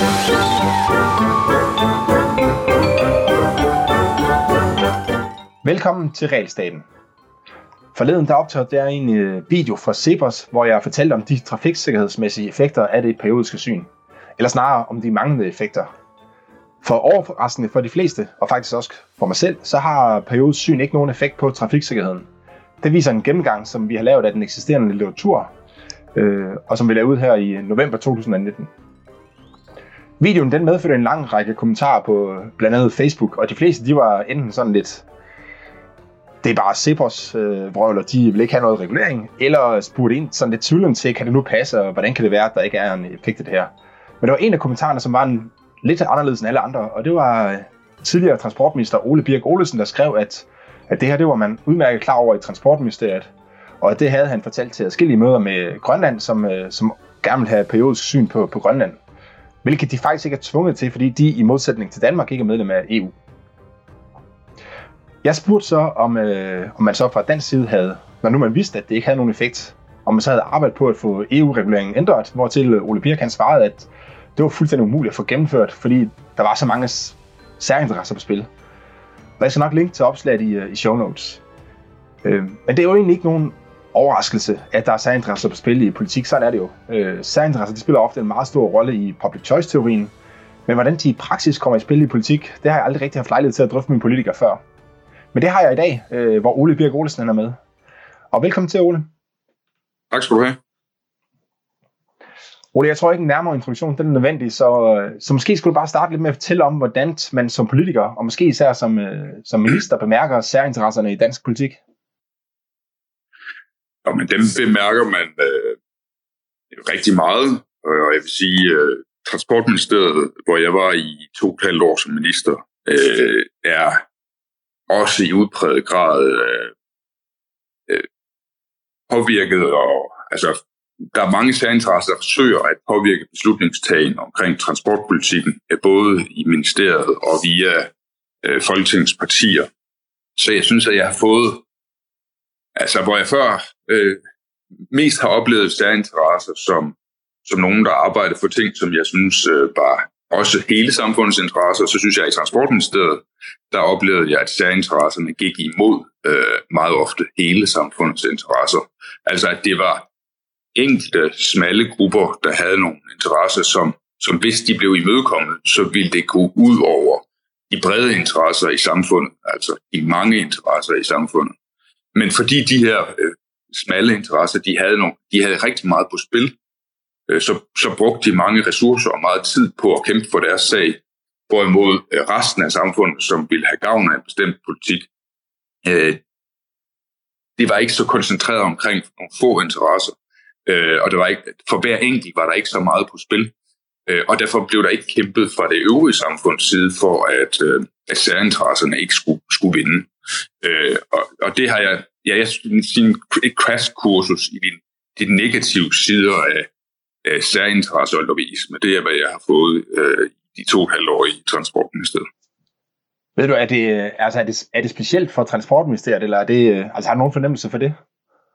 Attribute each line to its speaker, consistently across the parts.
Speaker 1: Velkommen til Realstaten. Forleden der optrådte jeg en video fra Cepos, hvor jeg fortalte om de trafiksikkerhedsmæssige effekter af det periodiske syn. Eller snarere om de manglende effekter. For overraskende for de fleste, og faktisk også for mig selv, så har periodisk syn ikke nogen effekt på trafiksikkerheden. Det viser en gennemgang, som vi har lavet af den eksisterende litteratur, og som vi lavede ud her i november 2019. Videoen den medførte en lang række kommentarer på blandt andet Facebook, og de fleste de var enten sådan lidt, det er bare Cepos vrøvler, de vil ikke have noget regulering, eller spurgte ind sådan lidt tvivlende til, kan det nu passe, og hvordan kan det være, at der ikke er en effekt af det her. Men der var en af kommentarerne, som var lidt anderledes end alle andre, og det var tidligere transportminister Ole Birk Olesen, der skrev, at det her det var man udmærket klar over i Transportministeriet, og at det havde han fortalt til adskillige møder med Grønland, som gerne ville have periodisk syn på Grønland. Hvilket de faktisk ikke er tvunget til, fordi de i modsætning til Danmark ikke er medlem af EU. Jeg spurgte så, om man så fra dansk side havde, når nu man vidste, at det ikke havde nogen effekt, om man så havde arbejdet på at få EU-reguleringen ændret, hvortil Ole Birk han svarede, at det var fuldstændig umuligt at få gennemført, fordi der var så mange særinteresser på spil. Og jeg skal nok linke til opslaget i show notes. Men det er jo egentlig ikke nogen overraskelse, at der er særinteresser på spil i politik. Sådan er det jo. Særinteresser de spiller ofte en meget stor rolle i public choice-teorien, men hvordan de i praksis kommer i spil i politik, det har jeg aldrig rigtig haft lejlighed til at drøfte med politikere før. Men det har jeg i dag, hvor Ole Birk Olesen er med. Og velkommen til, Ole.
Speaker 2: Tak skal du have.
Speaker 1: Ole, jeg tror ikke en nærmere introduktion, den er nødvendig, så måske skulle du bare starte lidt med at fortælle om, hvordan man som politiker, og måske især som minister, bemærker særinteresserne i dansk politik.
Speaker 2: Ja, men dem bemærker man rigtig meget, og jeg vil sige, Transportministeriet, hvor jeg var i 2,5 år som minister, er også i udpræget grad påvirket, og altså der er mange særinteresser, der forsøger at påvirke beslutningstagen omkring transportpolitikken, både i ministeriet og via Folketingets partier. Så jeg synes, at jeg har fået, altså hvor jeg før mest har oplevet særinteresser som nogen, der arbejder for ting, som jeg synes var også hele samfundets interesser, så synes jeg, at i Transportministeriet, der oplevede jeg, at særinteresserne gik imod meget ofte hele samfundets interesser. Altså at det var enkelte smalle grupper, der havde nogle interesser, som hvis de blev imødekommet, så ville det gå ud over de brede interesser i samfundet, altså de mange interesser i samfundet. Men fordi de her smalle interesser, de havde rigtig meget på spil, så brugte de mange ressourcer og meget tid på at kæmpe for deres sag, hvorimod resten af samfundet, som ville have gavn af en bestemt politik, det var ikke så koncentreret omkring nogle få interesser, og det var ikke, for hver enkelt var der ikke så meget på spil, og derfor blev der ikke kæmpet fra det øvrige samfunds side for, at særinteresserne ikke skulle vinde. Og det har jeg synes et crash-kursus i de negative sider af særinteresse og lobbyisme. Det er, hvad jeg har fået de 2,5 år i Transportministeriet.
Speaker 1: Ved du, er det specielt for Transportministeriet, eller har du nogen fornemmelse for det?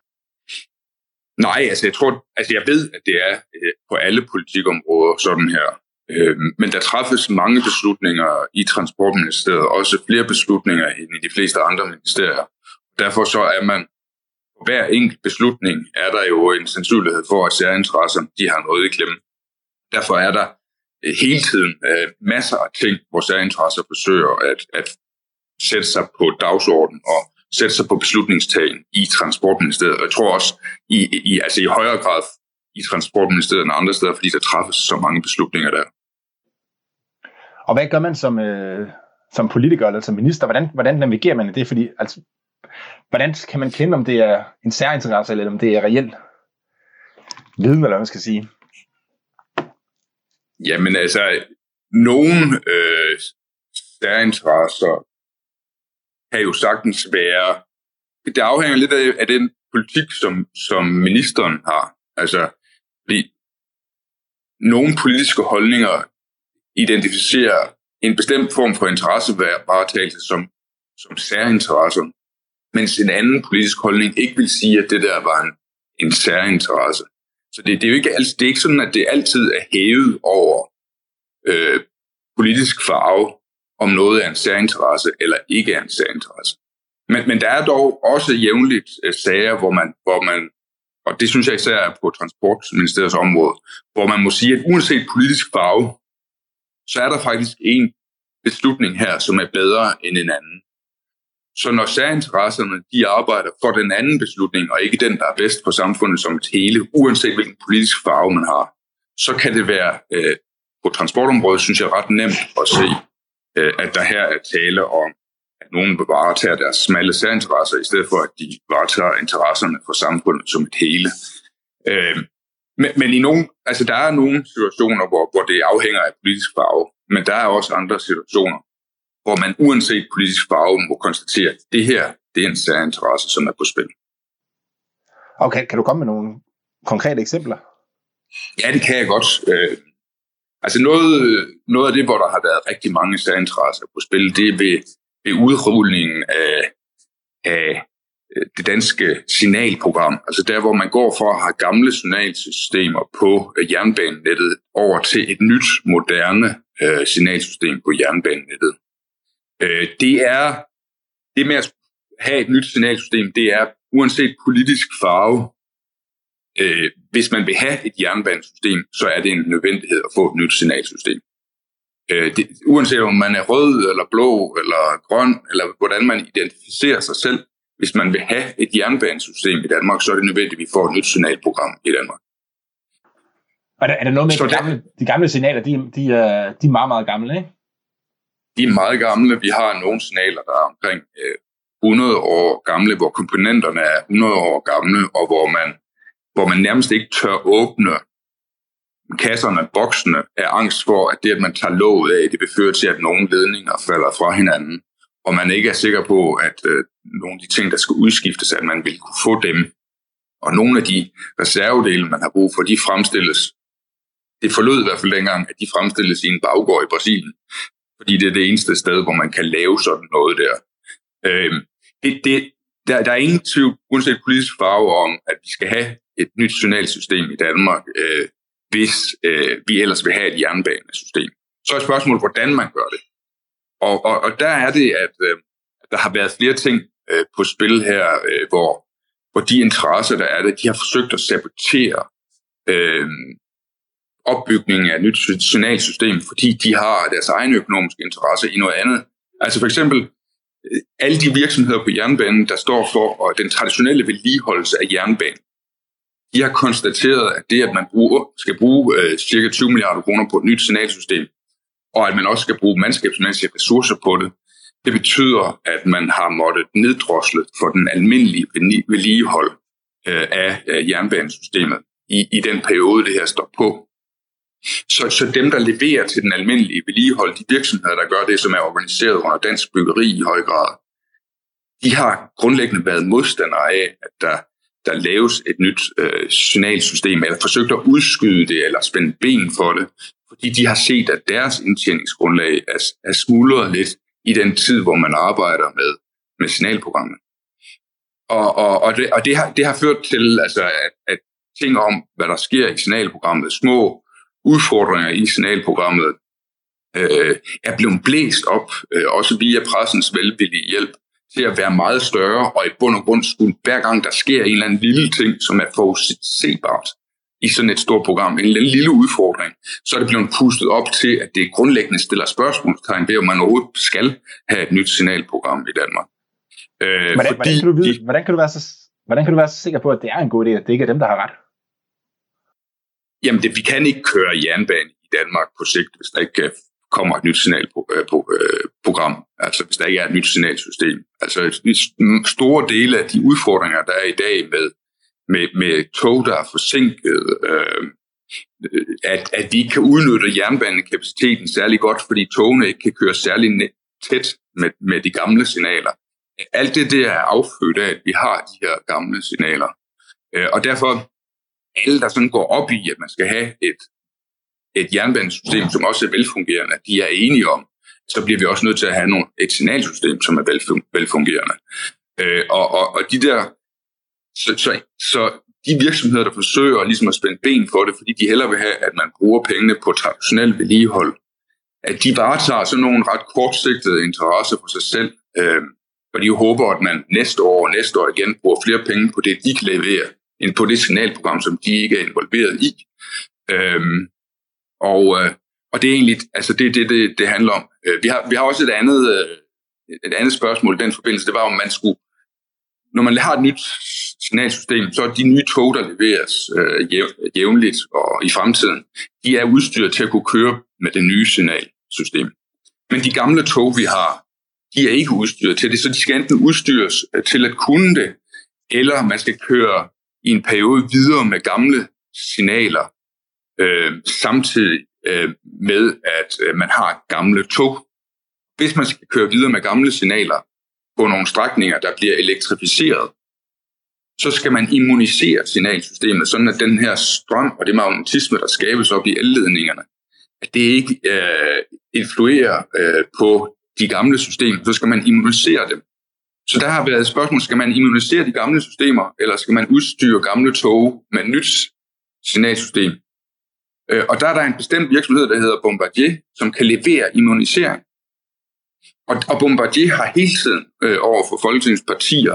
Speaker 2: Nej, jeg ved, at det er på alle politikområder sådan her. Men der træffes mange beslutninger i Transportministeriet, også flere beslutninger end i de fleste andre ministerier. Derfor så er man på hver enkelt beslutning er der jo en sandsynlighed for, at særinteresserne de har noget i klemme. Derfor er der hele tiden masser af ting, hvor særinteresser forsøger at sætte sig på dagsordenen og sætte sig på beslutningstagen i Transportministeriet. Og jeg tror også i højere grad i Transportministeriet end andre steder, fordi der træffes så mange beslutninger der.
Speaker 1: Og hvad gør man som politiker eller som minister? Hvordan navigerer man i det? Fordi hvordan kan man kende, om det er en særinteresse, eller om det er reelt viden, eller hvad man skal sige?
Speaker 2: Jamen nogle særinteresser kan jo sagtens være, det afhænger lidt af den politik, som ministeren har. Altså, fordi nogle politiske holdninger identificerer en bestemt form for interessevaretagelse som særinteresser, mens en anden politisk holdning ikke vil sige, at det der var en særinteresse. Så det er jo ikke, det er ikke sådan, at det altid er hævet over politisk farve, om noget er en særinteresse eller ikke er en særinteresse. Men der er dog også jævnligt sager, hvor man, og det synes jeg især er på Transportministeriets område, hvor man må sige, at uanset politisk farve, så er der faktisk en beslutning her, som er bedre end en anden. Så når særinteresserne, de arbejder for den anden beslutning, og ikke den, der er bedst for samfundet som et hele, uanset hvilken politisk farve man har, så kan det være på transportområdet, synes jeg, ret nemt at se, at der her er tale om, at nogen varetager deres smalle særinteresser, i stedet for, at de varetager interesserne for samfundet som et hele. Men der er nogle situationer, hvor det afhænger af politisk farve, men der er også andre situationer, hvor man uanset politisk farve må konstatere, at det her, det er en særinteresse, som er på spil.
Speaker 1: Okay, kan du komme med nogle konkrete eksempler?
Speaker 2: Ja, det kan jeg godt. Noget af det, hvor der har været rigtig mange særinteresser på spil, det er ved udrulningen af det danske signalprogram. Altså der, hvor man går fra at have gamle signalsystemer på jernbanenettet over til et nyt, moderne signalsystem på jernbanenettet. Det med at have et nyt signalsystem, det er uanset politisk farve. Hvis man vil have et jernbanesystem, så er det en nødvendighed at få et nyt signalsystem. Uanset om man er rød, eller blå, eller grøn, eller hvordan man identificerer sig selv, hvis man vil have et jernbanesystem i Danmark, så er det nødvendigt, at vi får et nyt signalprogram i Danmark.
Speaker 1: Og er der noget med, de gamle signaler, de er meget, meget gamle, ikke?
Speaker 2: De er meget gamle. Vi har nogle signaler, der er omkring 100 år gamle, hvor komponenterne er 100 år gamle, og hvor man nærmest ikke tør åbne kasserne, boksene, af angst for, at det, at man tager låget af, det vil føre til, at nogle ledninger falder fra hinanden, og man ikke er sikker på, at nogle af de ting, der skal udskiftes, at man vil kunne få dem. Og nogle af de reservedele, man har brug for, de fremstilles. Det forlød i hvert fald dengang, at de fremstilles i en baggård i Brasilien, fordi det er det eneste sted, hvor man kan lave sådan noget der. Der er ingen tvivl, uanset politisk farve, om, at vi skal have et nyt signalsystem i Danmark, hvis vi ellers vil have et jernbanesystem. Så er spørgsmålet, hvordan man gør det. Og der er det, at der har været flere ting på spil her, hvor de interesser, der er det, de har forsøgt at sabotere opbygningen af et nyt signalsystem, fordi de har deres egen økonomiske interesse i noget andet. Altså for eksempel, alle de virksomheder på jernbanen, der står for den traditionelle vedligeholdelse af jernbanen, de har konstateret, at det, at man skal bruge ca. 20 milliarder kroner på et nyt signalsystem, og at man også skal bruge mandskabsmæssige ressourcer på det, det betyder, at man har måttet neddrosle for den almindelige vedligehold af jernbanesystemet i den periode, det her står på. Så dem, der leverer til den almindelige vedligehold, de virksomheder, der gør det, som er organiseret under dansk byggeri i høj grad, de har grundlæggende været modstandere af, at der laves et nyt signalsystem, eller forsøgt at udskyde det, eller spænde ben for det, fordi de har set, at deres indtjeningsgrundlag er smuldret lidt i den tid, hvor man arbejder med signalprogrammet. Og det har ført til, altså, at ting om, hvad der sker i signalprogrammet, små udfordringer i signalprogrammet, er blevet blæst op, også via pressens velvillige hjælp, til at være meget større, og i bund og grund skulle hver gang der sker en eller anden lille ting, som er forudsebart i sådan et stort program, en lille udfordring, så er det blevet pustet op til, at det grundlæggende stiller spørgsmålstegn ved, om man overhovedet skal have et nyt signalprogram i Danmark.
Speaker 1: Hvordan kan du være så sikker på, at det er en god idé, at det ikke er dem, der har ret?
Speaker 2: Jamen, vi kan ikke køre jernbane i Danmark på sigt, hvis der ikke kommer et nyt signalprogram. Altså, hvis der ikke er et nyt signalsystem. Altså, store dele af de udfordringer, der er i dag med tog, der er forsinket, at vi ikke kan udnytte jernbanekapaciteten særlig godt, fordi togene ikke kan køre særlig tæt med de gamle signaler. Alt det der er affødt af, at vi har de her gamle signaler. Og derfor alle, der sådan går op i, at man skal have et jernbanesystem, som også er velfungerende, de er enige om, så bliver vi også nødt til at have et signalsystem, som er velfungerende. Og de der, så de virksomheder, der forsøger ligesom at spænde ben for det, fordi de hellere vil have, at man bruger pengene på traditionel vedligehold, at de varetager sådan nogle ret kortsigtede interesser for sig selv, og de håber, at man næste år igen bruger flere penge på det, de kan levere, end på det signalprogram, som de ikke er involveret i. Og det er egentlig, altså det handler om. Vi har også et andet spørgsmål i den forbindelse. Det var, om man skulle, når man har et nyt signalsystem, så er de nye tog, der leveres jævnligt og i fremtiden, de er udstyret til at kunne køre med det nye signalsystem. Men de gamle tog, vi har, de er ikke udstyret til det, så de skal enten udstyres til at kunne det, eller man skal køre i en periode videre med gamle signaler, samtidig med, at man har gamle tog. Hvis man skal køre videre med gamle signaler på nogle strækninger, der bliver elektrificeret, så skal man immunisere signalsystemet, sådan at den her strøm og det magnetisme, der skabes op i elledningerne, at det ikke influerer på de gamle systemer, så skal man immunisere dem. Så der har været et spørgsmål, skal man immunisere de gamle systemer, eller skal man udstyre gamle tog med nyt signalsystem? Og der er der en bestemt virksomhed, der hedder Bombardier, som kan levere immunisering. Og Bombardier har hele tiden over for Folketingets partier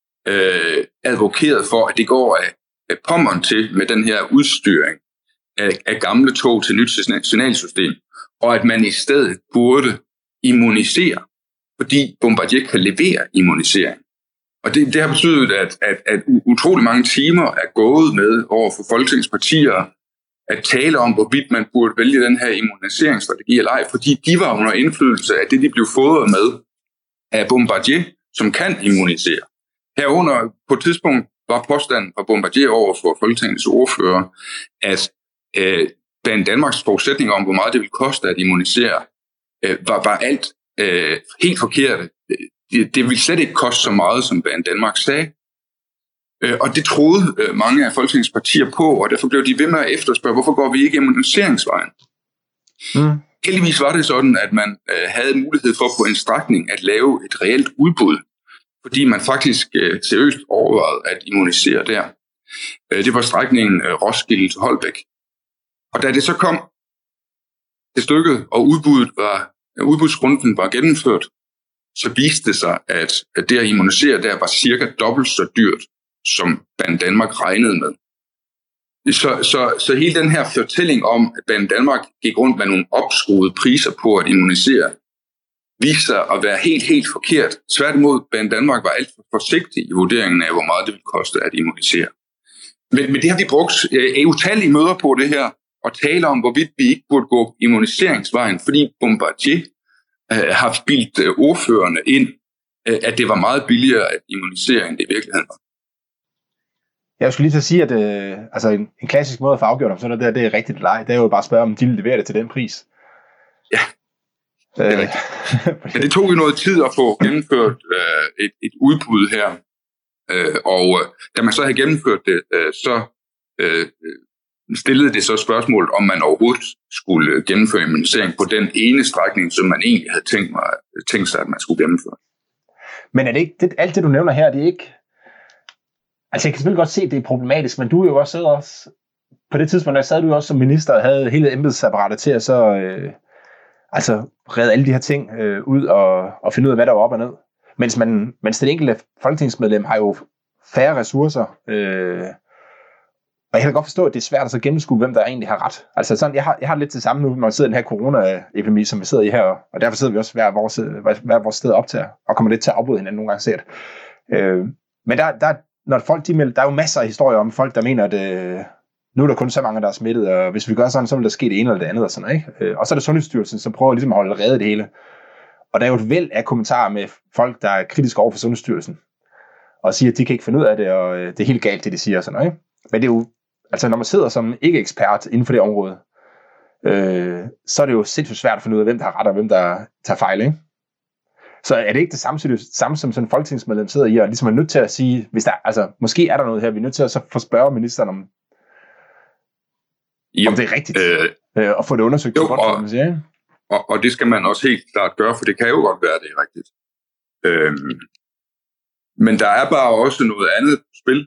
Speaker 2: advokeret for, at det går af pommeren til med den her udstyring af gamle tog til nyt signalsystem, og at man i stedet burde immunisere, fordi Bombardier kan levere immunisering. Og det har betydet, at utrolig mange timer er gået med over for Folketingets partier at tale om, hvorvidt man burde vælge den her immuniseringsstrategi eller ej, fordi de var under indflydelse af det, de blev fodret med af Bombardier, som kan immunisere. Herunder på et tidspunkt var påstanden fra Bombardier over for Folketingets ordfører, at Banedanmarks forudsætninger om, hvor meget det ville koste at immunisere, var alt helt forkert. Det ville slet ikke koste så meget, som Banedanmark sagde. Og det troede mange af Folketingets partier på, og derfor blev de ved med at efterspørge, hvorfor går vi ikke immuniseringsvejen? Heldigvis var det sådan, at man havde mulighed for på en strækning at lave et reelt udbud, fordi man faktisk seriøst overvejede at immunisere der. Det var strækningen Roskilde til Holbæk. Og da det så kom til stykket, og udbudsrunden var gennemført, så viste det sig, at det at immunisere der var cirka dobbelt så dyrt, som Banedanmark regnede med. Så hele den her fortælling om, at Banedanmark gik rundt med nogle opskruede priser på at immunisere, viste sig at være helt forkert. Tværtimod, Banedanmark var alt for forsigtig i vurderingen af, hvor meget det ville koste at immunisere. Men det har vi brugt utallige møder på det her, og tale om, hvorvidt vi ikke burde gå immuniseringsvejen, fordi Bombardier har bildt ordførerne ind, at det var meget billigere at immunisere, end det i virkeligheden var.
Speaker 1: Jeg skulle lige til at sige, at en klassisk måde at få afgjort om sådan noget, det er rigtigt eller ej. Det er jo bare at spørge, om de vil levere det til den pris.
Speaker 2: Ja, det er rigtigt. Men det tog jo noget tid at få gennemført et udbud her. Og da man så havde gennemført det, så stillede det så spørgsmålet, om man overhovedet skulle gennemføre immunisering på den ene strækning, som man egentlig havde tænkt sig, at man skulle gennemføre.
Speaker 1: Men er det ikke alt det, du nævner her, det er ikke... Altså jeg kan selvfølgelig godt se, at det er problematisk, men du er jo også på det tidspunkt, der sad du også som minister og havde hele embedsapparatet til at så redde alle de her ting ud og finde ud af, hvad der var op og ned. Mens det enkelte folketingsmedlem har jo færre ressourcer, og jeg kan godt forstå, at det er svært at så gennemskue, hvem der egentlig har ret. Altså sådan, jeg har lidt det samme nu, når vi sidder i den her corona-epidemi, som vi sidder i her, og derfor sidder vi også hver vores sted og optager, og kommer lidt til at afbryde hinanden nogle gange set. Men når folk de melder, der er jo masser af historier om folk, der mener, at nu er der kun så mange, der er smittet, og hvis vi gør sådan, så vil der ske det ene eller det andet, og sådan, ikke? Og så er det Sundhedsstyrelsen, som prøver ligesom at holde redde det hele. Og der er jo et væld af kommentarer med folk, der er kritiske over for Sundhedsstyrelsen, og siger, at de kan ikke finde ud af det, og det er helt galt, det de siger, og sådan, ikke? Men det er jo, altså når man sidder som ikke-ekspert inden for det område, så er det jo sindssygt svært at finde ud af, hvem der har ret, og hvem der tager fejl, ikke? Så er det ikke det samme som sådan en folketingsmedlem sidder i, og ligesom er nødt til at sige, hvis der, måske er der noget her, vi er nødt til at så få spørge ministeren om det er rigtigt, og få det undersøgt.
Speaker 2: Jo, og det skal man også helt klart gøre, for det kan jo godt være, det er rigtigt. Men der er bare også noget andet på spil.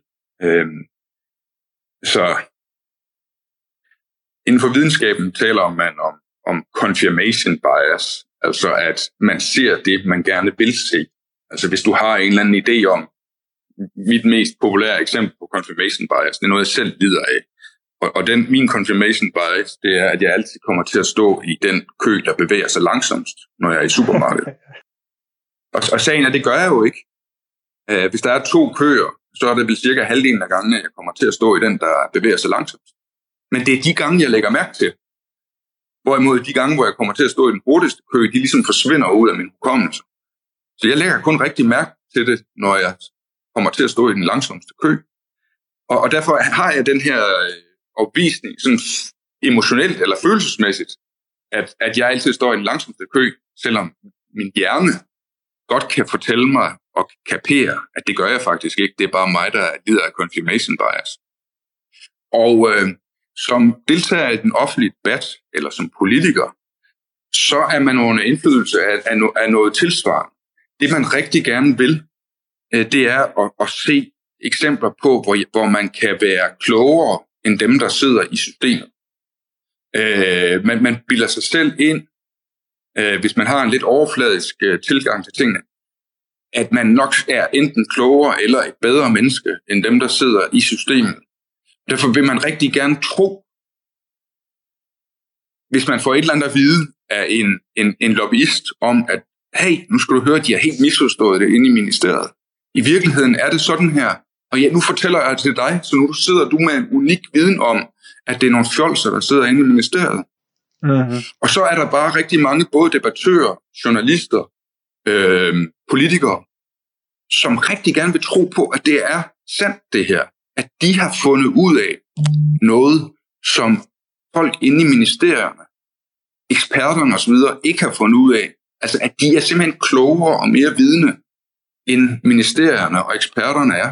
Speaker 2: Så inden for videnskaben taler man om confirmation bias, altså at man ser det, man gerne vil se. Altså hvis du har en eller anden idé om, mit mest populære eksempel på confirmation bias, det er noget, jeg selv lider af. Og min confirmation bias, det er, at jeg altid kommer til at stå i den kø, der bevæger sig langsomst, når jeg er i supermarkedet. Og sagen er, det gør jeg jo ikke. Hvis der er 2 køer, så er det vel cirka halvdelen af gangene, jeg kommer til at stå i den, der bevæger sig langsomt. Men det er de gange, jeg lægger mærke til. Hvorimod de gange, hvor jeg kommer til at stå i den hurtigste kø, de ligesom forsvinder ud af min hukommelse. Så jeg lægger kun rigtig mærke til det, når jeg kommer til at stå i den langsomste kø. Og derfor har jeg den her opvisning, sådan emotionelt eller følelsesmæssigt, at jeg altid står i den langsomste kø, selvom min hjerne godt kan fortælle mig og kapere, at det gør jeg faktisk ikke. Det er bare mig, der lider af confirmation bias. Og som deltager i den offentlige debat, eller som politiker, så er man under indflydelse af noget tilsvarende. Det man rigtig gerne vil, det er at se eksempler på, hvor man kan være klogere end dem, der sidder i systemet. Man bilder sig selv ind, hvis man har en lidt overfladisk tilgang til tingene, at man nok er enten klogere eller et bedre menneske end dem, der sidder i systemet. Derfor vil man rigtig gerne tro, hvis man får et eller andet at vide af en lobbyist om, at hey, nu skal du høre, at de har helt misforstået det inde i ministeriet. I virkeligheden er det sådan her, og ja, nu fortæller jeg til dig, så nu sidder du med en unik viden om, at det er nogle fjolser, der sidder inde i ministeriet. Mm-hmm. Og så er der bare rigtig mange, både debattører, journalister, politikere, som rigtig gerne vil tro på, at det er sandt det her. At de har fundet ud af noget, som folk inde i ministerierne, eksperterne osv. ikke har fundet ud af. Altså at de er simpelthen klogere og mere vidende, end ministerierne og eksperterne er.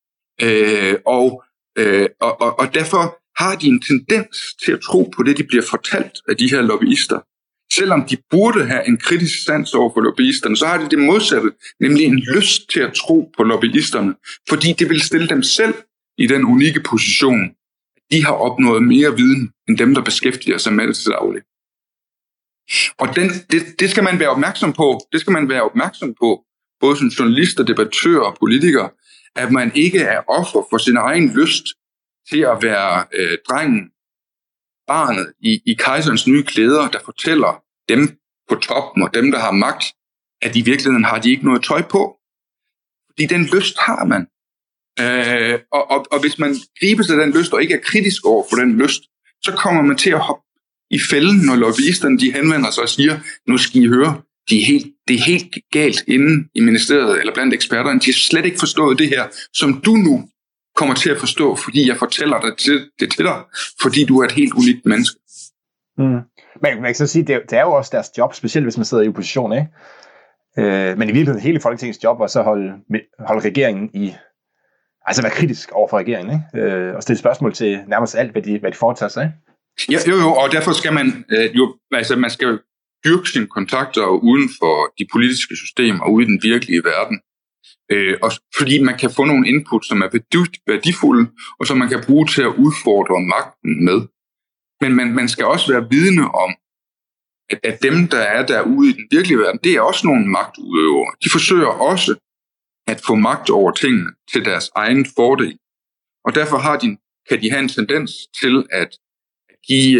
Speaker 2: Og derfor har de en tendens til at tro på det, de bliver fortalt af de her lobbyister. Selvom de burde have en kritisk sans over for lobbyisterne, så har de det modsatte, nemlig en lyst til at tro på lobbyisterne, fordi det vil stille dem selv i den unikke position, at de har opnået mere viden end dem, der beskæftiger sig med det til daglig. Og det skal man være opmærksom på. Det skal man være opmærksom på, både som journalister, debattører og politikere, at man ikke er offer for sin egen lyst til at være drengen, barnet i kejserens nye klæder, der fortæller dem på toppen og dem, der har magt, at i virkeligheden har de ikke noget tøj på. Fordi den lyst har man. Og hvis man griber sig den lyst og ikke er kritisk over for den lyst, så kommer man til at hoppe i fælden, når lobbyisterne de henvender sig og siger, nu skal I høre, det er helt galt inde i ministeriet eller blandt eksperterne. De har slet ikke forstået det her, som du nu kommer til at forstå, fordi jeg fortæller det til dig, fordi du er et helt unikt menneske.
Speaker 1: Man kan så sige, det er jo også deres job, specielt hvis man sidder i opposition, ikke? Men i virkeligheden hele Folketingets job var så holde regeringen i, altså være kritisk over for regeringen, ikke? Og stille spørgsmål til nærmest alt, hvad de foretager sig, ikke?
Speaker 2: Ja, jo, og derfor skal man skal dyrke sine kontakter uden for de politiske systemer og ude i den virkelige verden. Og fordi man kan få nogle input, som er værdifulde, og som man kan bruge til at udfordre magten med. Men man skal også være vidne om, at dem, der er derude i den virkelige verden, det er også nogle magtudøvere. De forsøger også at få magt over tingene til deres egen fordel. Og derfor kan de have en tendens til at give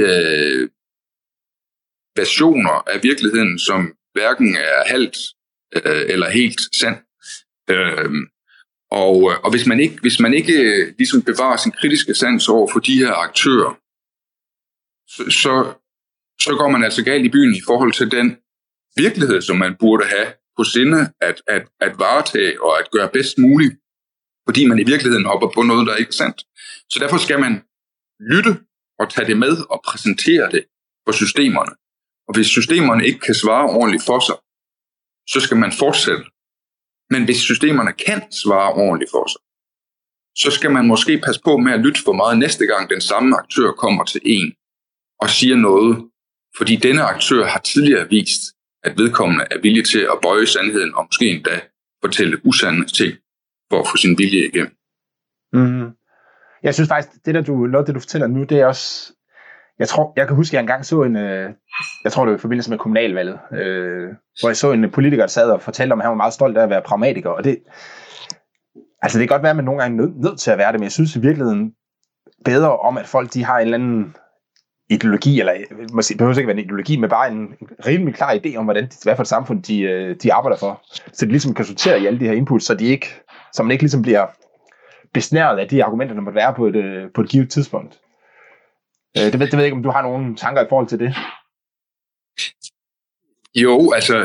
Speaker 2: versioner af virkeligheden, som hverken er halvt eller helt sand. Og hvis man ikke ligesom bevarer sin kritiske sans over for de her aktører, så går man altså galt i byen i forhold til den virkelighed, som man burde have på sinde at varetage og at gøre bedst muligt, fordi man i virkeligheden hopper på noget, der ikke er sandt. Så derfor skal man lytte og tage det med og præsentere det for systemerne. Og hvis systemerne ikke kan svare ordentligt for sig, så skal man fortsætte. Men hvis systemerne kan svare ordentligt for sig, så skal man måske passe på med at lytte for meget næste gang den samme aktør kommer til en og siger noget, fordi denne aktør har tidligere vist, at vedkommende er villig til at bøje sandheden og måske endda fortælle usande ting for at få sin vilje igennem.
Speaker 1: Mm-hmm. Jeg synes faktisk, noget af det, du fortæller nu, det er også, Jeg kan huske, at jeg engang så jeg tror det var i forbindelse med kommunalvalget, hvor jeg så en politiker, der sad og fortalte om, at han var meget stolt af at være pragmatiker, og det kan godt være, at man nogle gange er nødt til at være det, men jeg synes i virkeligheden bedre om, at folk de har en eller anden ideologi, eller måske behøver ikke være en ideologi, men bare en rimelig klar idé om, hvad for et samfund de arbejder for. Så de ligesom kan sortere i alle de her inputs, så man ikke ligesom bliver besnæret af de argumenter, der måtte være på et givet tidspunkt. Det ved jeg ikke, om du har nogle tanker i forhold til det?
Speaker 2: Jo, altså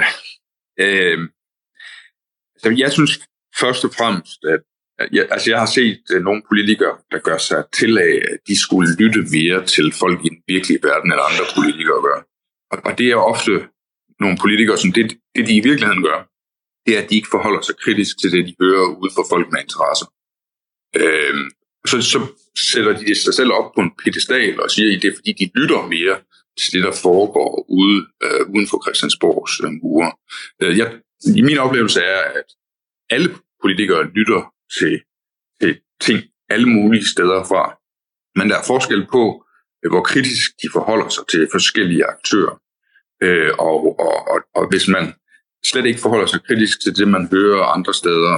Speaker 2: jeg synes først og fremmest, at jeg har set nogle politikere, der gør sig til af, at de skulle lytte mere til folk i den virkelige verden, end andre politikere gør. Og det er ofte nogle politikere, som det de i virkeligheden gør, det er, at de ikke forholder sig kritisk til det, de hører ude for folk med interesser. Så sætter de sig selv op på en piedestal og siger, at det er fordi, de lytter mere til det, der foregår uden for Christiansborgs mure. I min oplevelse er, at alle politikere lytter til ting alle mulige steder fra. Men der er forskel på, hvor kritisk de forholder sig til forskellige aktører. Og hvis man slet ikke forholder sig kritisk til det, man hører andre steder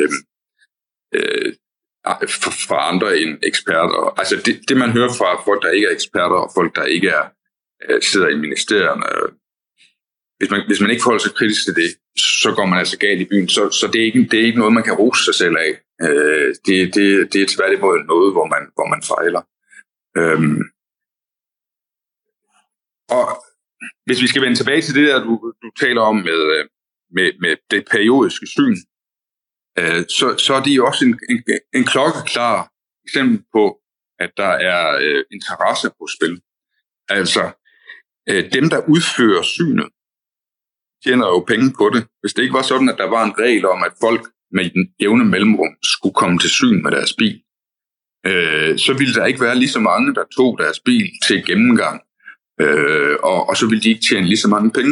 Speaker 2: fra andre end eksperter. Altså det man hører fra folk, der ikke er eksperter, og folk, der ikke sidder i ministerierne. Hvis man ikke forholder sig kritisk til det, så går man altså galt i byen. Så det er ikke noget, man kan rose sig selv af. Det er tværtimod noget, hvor man fejler. Og hvis vi skal vende tilbage til det der, du taler om med det periodiske syn, så er det jo også en klokkeklar eksempel på, at der er interesse på spil. Altså, dem, der udfører synet, tjener jo penge på det. Hvis det ikke var sådan, at der var en regel om, at folk med den jævne mellemrum skulle komme til syn med deres bil, så ville der ikke være lige så mange, der tog deres bil til gennemgang, og så ville de ikke tjene lige så mange penge.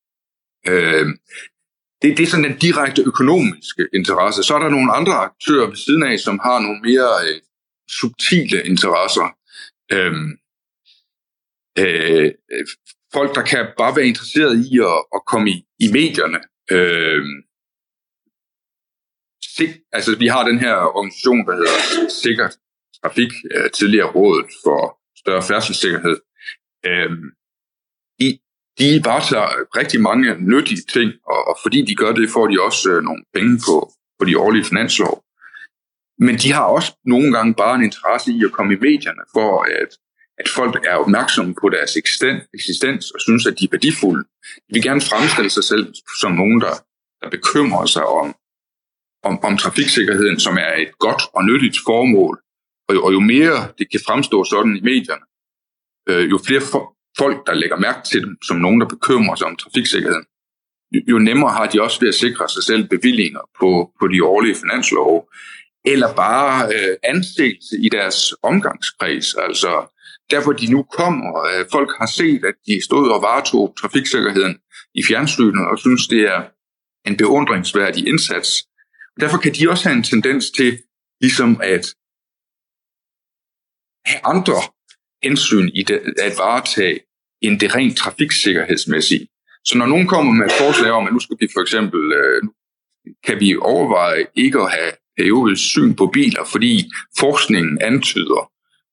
Speaker 2: Det er sådan den direkte økonomiske interesse. Så er der nogle andre aktører ved siden af, som har nogle mere subtile interesser. Folk, der kan bare være interesseret i at komme i medierne. Altså, vi har den her organisation, der hedder Sikker Trafik, tidligere rådet for større færdselssikkerhed. De varetager rigtig mange nyttige ting, og fordi de gør det, får de også nogle penge på de årlige finanslov. Men de har også nogle gange bare en interesse i at komme i medierne, for at folk er opmærksomme på deres eksistens og synes, at de er værdifulde. De vil gerne fremstille sig selv som nogen, der bekymrer sig om trafiksikkerheden, som er et godt og nyttigt formål. Og jo mere det kan fremstå sådan i medierne, jo flere folk, der lægger mærke til dem som nogen, der bekymrer sig om trafiksikkerheden, jo nemmere har de også ved at sikre sig selv bevillinger på de årlige finanslove, eller bare anseelse i deres omgangskreds. Altså der, hvor de nu kommer, folk har set, at de stod og varetog trafiksikkerheden i fjernsynet, og synes, det er en beundringsværdig indsats. Derfor kan de også have en tendens til ligesom at have andre hensyn i det, at varetage end det rent trafiksikkerhedsmæssige. Så når nogen kommer med et forslag om, at nu skal vi for eksempel, kan vi overveje ikke at have periodisk syn på biler, fordi forskningen antyder,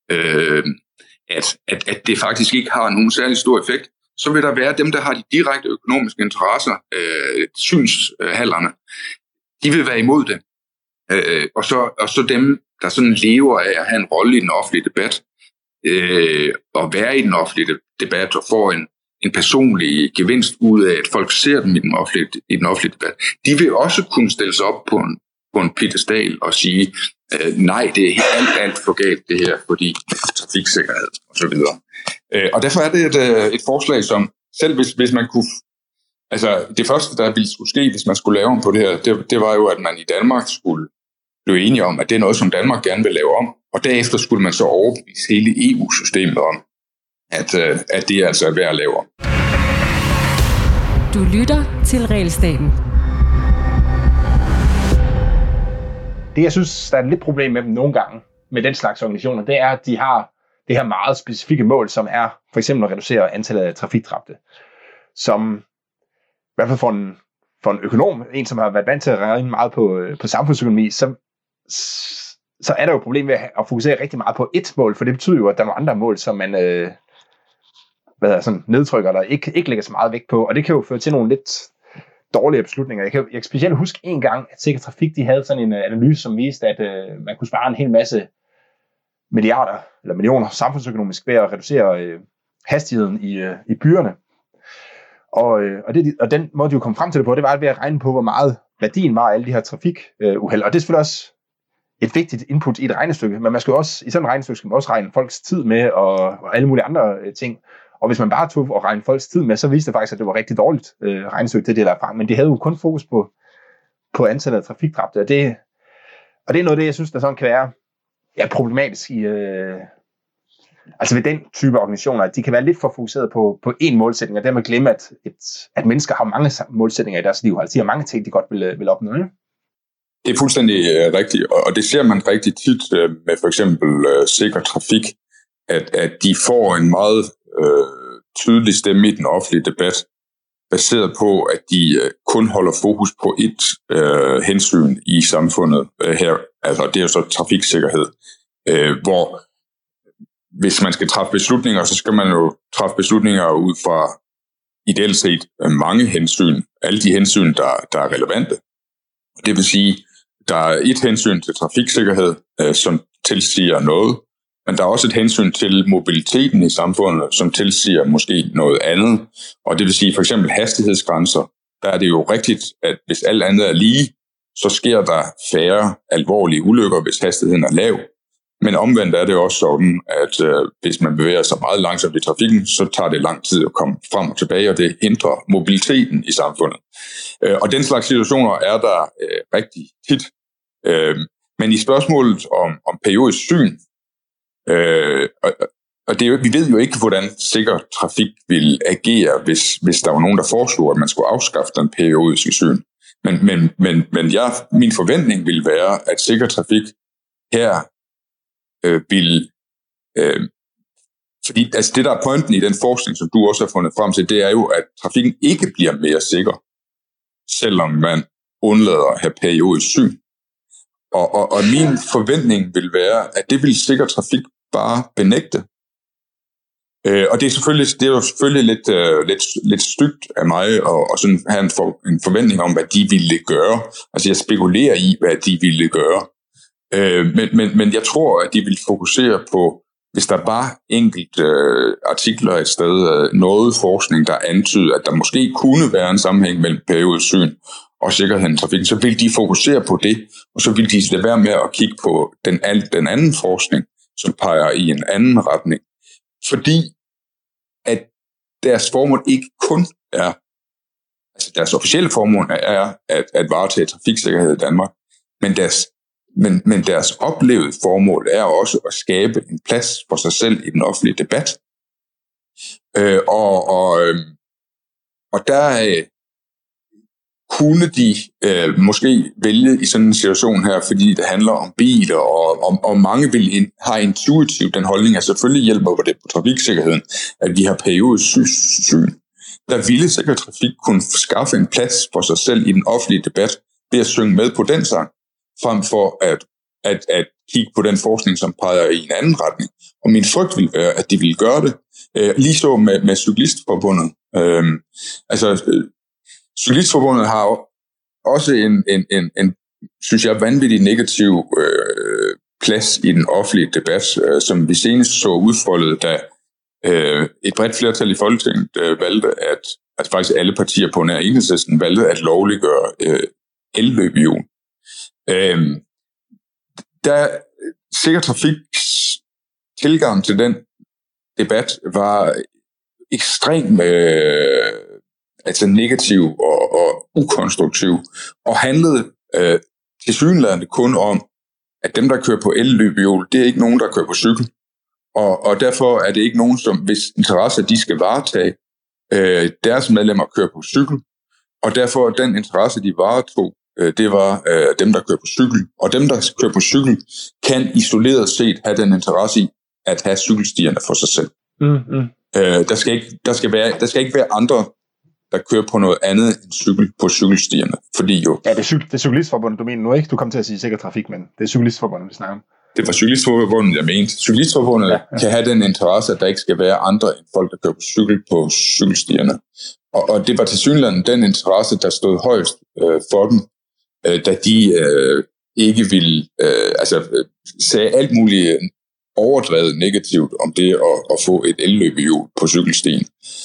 Speaker 2: at det faktisk ikke har nogen særlig stor effekt, så vil der være dem, der har de direkte økonomiske interesser, synshallerne, de vil være imod det. Og så dem, der sådan lever af at have en rolle i den offentlige debat, og være i den offentlige debat og få en personlig gevinst ud af, at folk ser dem i den offentlige debat, de vil også kunne stille sig op på en piedestal og sige, nej, det er alt for galt det her, fordi trafiksikkerhed og så videre. Og derfor er det et forslag, som selv hvis man kunne, altså det første, der ville skulle ske, hvis man skulle lave om på det her, det var jo, at man i Danmark skulle blive enige om, at det er noget, som Danmark gerne vil lave om, og derefter skulle man så overbevise hele EU-systemet om, at det altså er værd at lave om.
Speaker 3: Du lytter til Regelstaten.
Speaker 1: Det, jeg synes, der er et lidt problem med dem nogle gange, med den slags organisationer, det er, at det her meget specifikke mål, som er for eksempel at reducere antallet af trafikdræbte. Som i hvert fald for en økonom, en som har været vant til at regne meget på samfundsøkonomi, så er der jo et problem med at fokusere rigtig meget på ét mål, for det betyder jo, at der er nogle andre mål, som man sådan nedtrykker, der ikke lægger så meget vægt på, og det kan jo føre til nogle lidt dårlige beslutninger. Jeg kan specielt huske en gang, at Sikker Trafik, de havde sådan en analyse, som viste, at man kunne spare en hel masse milliarder eller millioner samfundsøkonomisk ved at reducere hastigheden i byerne. Og den måde, de jo kom frem til det på, det var ved at regne på, hvor meget værdien var af alle de her trafikuheld. Og det er selvfølgelig også et vigtigt input i et regnestykke, men man skal også, i sådan et regnestykke skal man også regne folks tid med og alle mulige andre ting. Og hvis man bare tog og regne folks tid med, så viste det faktisk, at det var rigtig dårligt regnestykke, det der erfaring. Men de havde jo kun fokus på antallet af trafikdræbte, og det er noget af det, jeg synes, der sådan kan være problematisk i altså ved den type organisationer, at de kan være lidt for fokuseret på én målsætning, og dermed glemme, at mennesker har mange målsætninger i deres liv, altså de har mange ting, de godt vil opnå. Ikke?
Speaker 2: Det er fuldstændig rigtigt, og det ser man rigtig tit med for eksempel Sikker Trafik, at de får en meget tydelig stemme i den offentlige debat, baseret på, at de kun holder fokus på ét hensyn i samfundet her, altså det er jo så trafiksikkerhed, hvor hvis man skal træffe beslutninger, så skal man jo træffe beslutninger ud fra ideelt set mange hensyn, alle de hensyn, der er relevante. Det vil sige, der er et hensyn til trafiksikkerhed, som tilsiger noget, men der er også et hensyn til mobiliteten i samfundet, som tilsiger måske noget andet. Og det vil sige for eksempel hastighedsgrænser. Der er det jo rigtigt, at hvis alt andet er lige, så sker der færre alvorlige ulykker, hvis hastigheden er lav. Men omvendt er det også sådan, at hvis man bevæger sig meget langsomt i trafikken, så tager det lang tid at komme frem og tilbage, og det hindrer mobiliteten i samfundet. Og den slags situationer er der rigtig tit. Men i spørgsmålet om periodisk syn, og det er, vi ved jo ikke, hvordan Sikker Trafik vil agere, hvis der var nogen, der foreslog, at man skulle afskaffe den periodiske syn. Men min forventning vil være, at Sikker Trafik her vil... Fordi altså det, der er pointen i den forskning, som du også har fundet frem til, det er jo, at trafikken ikke bliver mere sikker, selvom man undlader at have periodisk syn. Og min forventning vil være, at det vil Sikker Trafik bare benægte. Og det er jo selvfølgelig lidt stygt af mig at sådan have en forventning om, hvad de ville gøre. Altså jeg spekulerer i, hvad de ville gøre. Men jeg tror, at de vil fokusere på, hvis der var enkelte artikler et sted, noget forskning, der antyder, at der måske kunne være en sammenhæng mellem periodisk syn og sikkerheden i trafikken, så vil de fokusere på det, og så vil de lade være med at kigge på den anden forskning, som peger i en anden retning. Fordi at deres formål ikke kun er, altså deres officielle formål er at varetage trafiksikkerhed i Danmark, men deres oplevede formål er også at skabe en plads for sig selv i den offentlige debat. Og der kunne de måske vælge i sådan en situation her, fordi det handler om biler, og mange har intuitivt den holdning, at selvfølgelig hjælper det på trafiksikkerheden, at vi har periodisk syn. Der ville Sikker Trafik kunne skaffe en plads for sig selv i den offentlige debat ved at synge med på den sang, frem for at kigge på den forskning, som peger i en anden retning. Og min frygt vil være, at de ville gøre det. Lige så med Cyklistforbundet. Cyklistforbundet har også en synes jeg, vanvittig negativ plads i den offentlige debat, som vi senest så udfoldet, da et bredt flertal i Folketinget valgte, at faktisk alle partier på nær Enhedslisten valgte at lovliggøre elløbehjul. Der Sikker Trafiks tilgang til den debat var ekstremt negativ og ukonstruktiv, og handlede tilsyneladende kun om, at dem, der kører på elløbehjul, det er ikke nogen, der kører på cykel. Og derfor er det ikke nogen, som hvis interesse de skal varetage, deres medlemmer kører på cykel, og derfor den interesse, de varetog, det var dem, der kører på cykel. Og dem, der kører på cykel, kan isoleret set have den interesse i, at have cykelstierne for sig selv. Der skal ikke være andre, der kører på noget andet end cykel på cykelstierne, fordi jo...
Speaker 1: Ja, det er Cyklistforbundet, du mener nu, ikke? Du kom til at sige sikker trafik, men det er Cyklistforbundet, vi snakker om.
Speaker 2: Det var Cyklistforbundet, jeg mente. Cyklistforbundet kan have den interesse, at der ikke skal være andre end folk, der kører på cykel på cykelstierne. Og det var tilsyneladende den interesse, der stod højst for dem, da de ikke ville... sagde alt muligt overdrevet negativt om det at få et elløbehjul på cykelstien.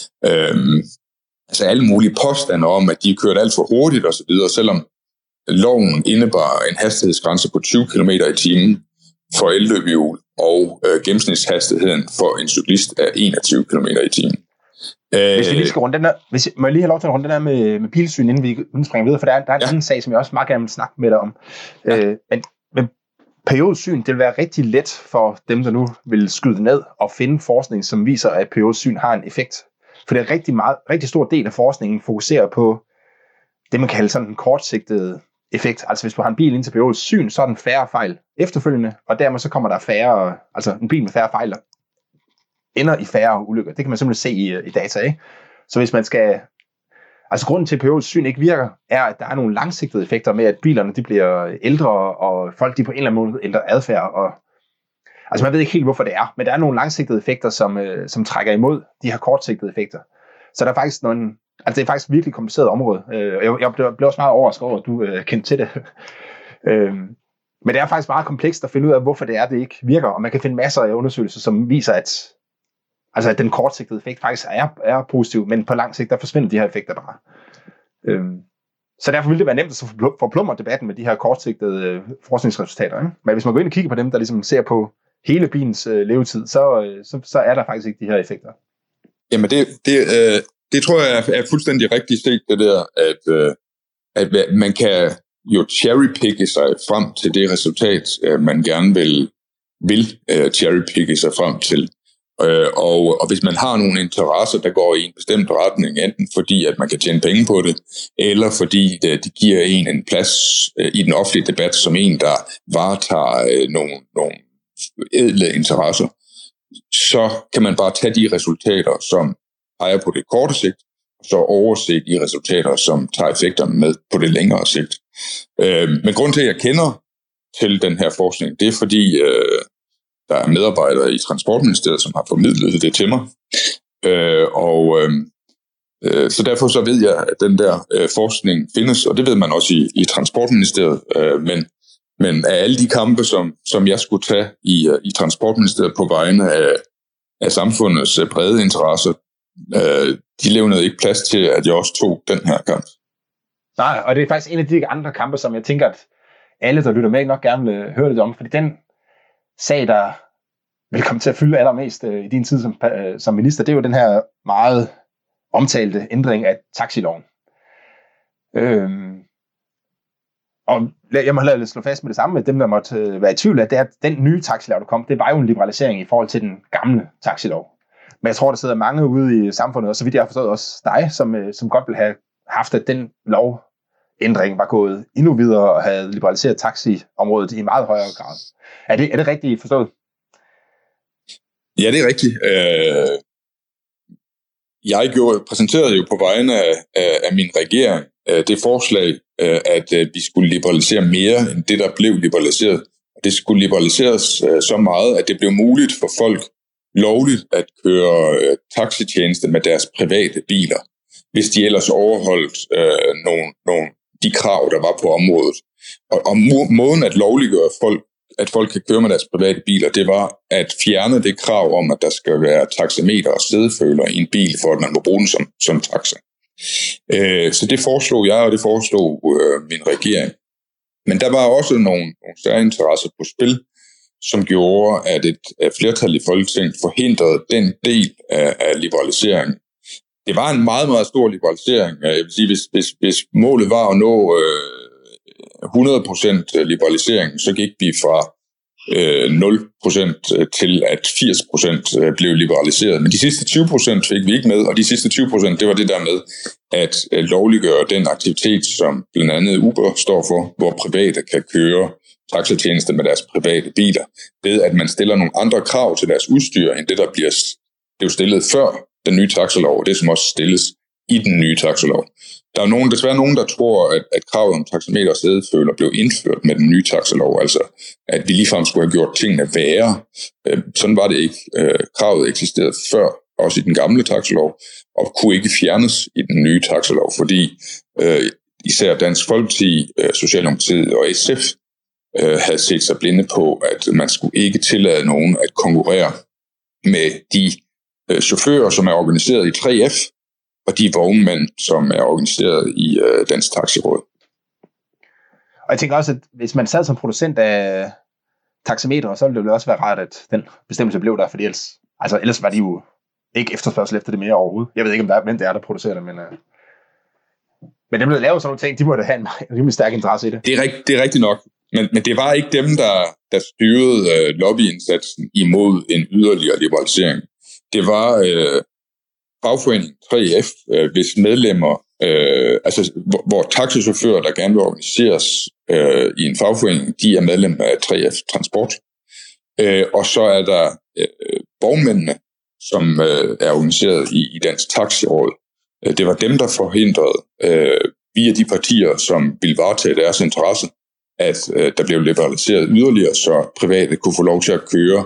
Speaker 2: Alle mulige påstande om, at de kørte alt for hurtigt osv., selvom loven indebar en hastighedsgrænse på 20 km i timen for elløbehjul, og gennemsnitshastigheden for en cyklist er 21 km i timen.
Speaker 1: Hvis vi lige skal runde den der, må jeg lige have lov til at runde den der med bilsyn, inden vi springer videre, for der er en anden sag, som jeg også meget gerne vil snakke med dig om. Men periodesyn, det vil være rigtig let for dem, der nu vil skyde ned og finde forskning, som viser, at periodesyn har en effekt. For det er rigtig stor del af forskningen fokuserer på det, man kalder sådan en kortsigtet effekt. Altså hvis du har en bil ind til periodisk syn, så er den færre fejl efterfølgende, og dermed så kommer der færre, altså en bil med færre fejl ender i færre ulykker. Det kan man simpelthen se i data, ikke? Så hvis man skal... Altså grunden til, at periodisk syn ikke virker, er, at der er nogle langsigtede effekter med, at bilerne de bliver ældre, og folk de på en eller anden måde ændrer adfærd. Og... Altså man ved ikke helt, hvorfor det er, men der er nogle langsigtede effekter, som trækker imod de her kortsigtede effekter. Så der er faktisk nogle... Altså det er faktisk et virkelig kompliceret område. Jeg blev også meget overrasket over, at du kendte til det. Men det er faktisk meget komplekst at finde ud af, hvorfor det er, det ikke virker. Og man kan finde masser af undersøgelser, som viser, at den kortsigtede effekt faktisk er positiv, men på lang sigt, der forsvinder de her effekter bare. Så derfor ville det være nemt at forplumre debatten med de her kortsigtede forskningsresultater. Ikke? Men hvis man går ind og kigger på dem, der ligesom ser på hele bilens levetid, så er der faktisk ikke de her effekter.
Speaker 2: Jamen det tror jeg er fuldstændig rigtigt set, det der, at man kan jo cherrypicke sig frem til det resultat, man gerne vil cherrypicke sig frem til. Og hvis man har nogle interesser, der går i en bestemt retning, enten fordi, at man kan tjene penge på det, eller fordi det giver en plads i den offentlige debat, som en, der varetager nogle ædle interesser, så kan man bare tage de resultater, som peger på det korte sigt, og så overse de resultater, som tager effekterne med på det længere sigt. Men grund til, at jeg kender til den her forskning, det er fordi, der er medarbejdere i Transportministeriet, som har formidlet det til mig. Så derfor så ved jeg, at den der forskning findes, og det ved man også i Transportministeriet. Men af alle de kampe, som jeg skulle tage i Transportministeriet på vegne af samfundets brede interesser, de levnede ikke plads til, at jeg også tog den her kamp.
Speaker 1: Nej, og det er faktisk en af de andre kampe, som jeg tænker, at alle, der lytter med, nok gerne vil høre lidt om, fordi den sag, der vil komme til at fylde allermest i din tid som minister, det er jo den her meget omtalte ændring af taxiloven. Og jeg må lade slå fast med det samme med dem, der måtte være i tvivl af, det er, at den nye taxilov, der kom, det var jo en liberalisering i forhold til den gamle taxilov. Men jeg tror, der sidder mange ude i samfundet, og så vidt jeg har forstået også dig, som godt vil have haft, at den lovændring var gået endnu videre og havde liberaliseret taxiområdet i meget højere grad. Er det rigtigt forstået?
Speaker 2: Ja, det er rigtigt. Jeg præsenterede jo på vegne af min regering det forslag, at vi skulle liberalisere mere end det, der blev liberaliseret. Det skulle liberaliseres så meget, at det blev muligt for folk lovligt at køre taxitjeneste med deres private biler, hvis de ellers overholdt de krav, der var på området. Og måden at lovliggøre at folk kan køre med deres private biler, det var at fjerne det krav om, at der skal være taxameter og sædeføler i en bil, for at man må bruge den som taxa. Så det foreslog jeg, og det foreslog min regering. Men der var også nogle særinteresser på spil, som gjorde, at et flertal i Folketinget forhindrede den del af liberaliseringen. Det var en meget, meget stor liberalisering. Jeg vil sige, hvis målet var at nå 100% liberalisering, så gik vi fra 0% til at 80% blev liberaliseret. Men de sidste 20% fik vi ikke med, og de sidste 20%, det var det der med at lovliggøre den aktivitet, som blandt andet Uber står for, hvor private kan køre taxatjeneste med deres private biler, ved at man stiller nogle andre krav til deres udstyr, end det, der bliver stillet før den nye taxalov, og det som også stilles i den nye taxalov. Der er desværre nogen, der tror, at kravet om taxameter og sædeføler blev indført med den nye taxalov, altså at vi ligefrem skulle have gjort tingene værre. Sådan var det ikke. Kravet eksisterede før, også i den gamle taxalov, og kunne ikke fjernes i den nye taxalov, fordi især Dansk Folkeparti, Socialdemokratiet og SF havde set sig blinde på, at man skulle ikke tillade nogen at konkurrere med de chauffører, som er organiseret i 3F, og de vognmænd, som er organiseret i Dansk Taxiråd.
Speaker 1: Og jeg tænker også, at hvis man sad som producent af taxametre, så ville det også være rart, at den bestemmelse blev der, fordi ellers var de jo ikke efterspørgsel efter det mere overhovedet. Jeg ved ikke, hvem det er, der producerer det, men dem, der laver sådan nogle ting, de må da have en rimelig stærk interesse i det.
Speaker 2: Det er rigtigt nok, men det var ikke dem, der styrede lobbyindsatsen imod en yderligere liberalisering. Det var fagforeningen 3F, hvis medlemmer, hvor taxichauffører, der gerne vil organiseres i en fagforening, de er medlem af 3F Transport. Og så er der vognmændene, som er organiseret i Dansk Taxiråd. Det var dem, der forhindrede, via de partier, som ville varetage deres interesse, at der blev liberaliseret yderligere, så private kunne få lov til at køre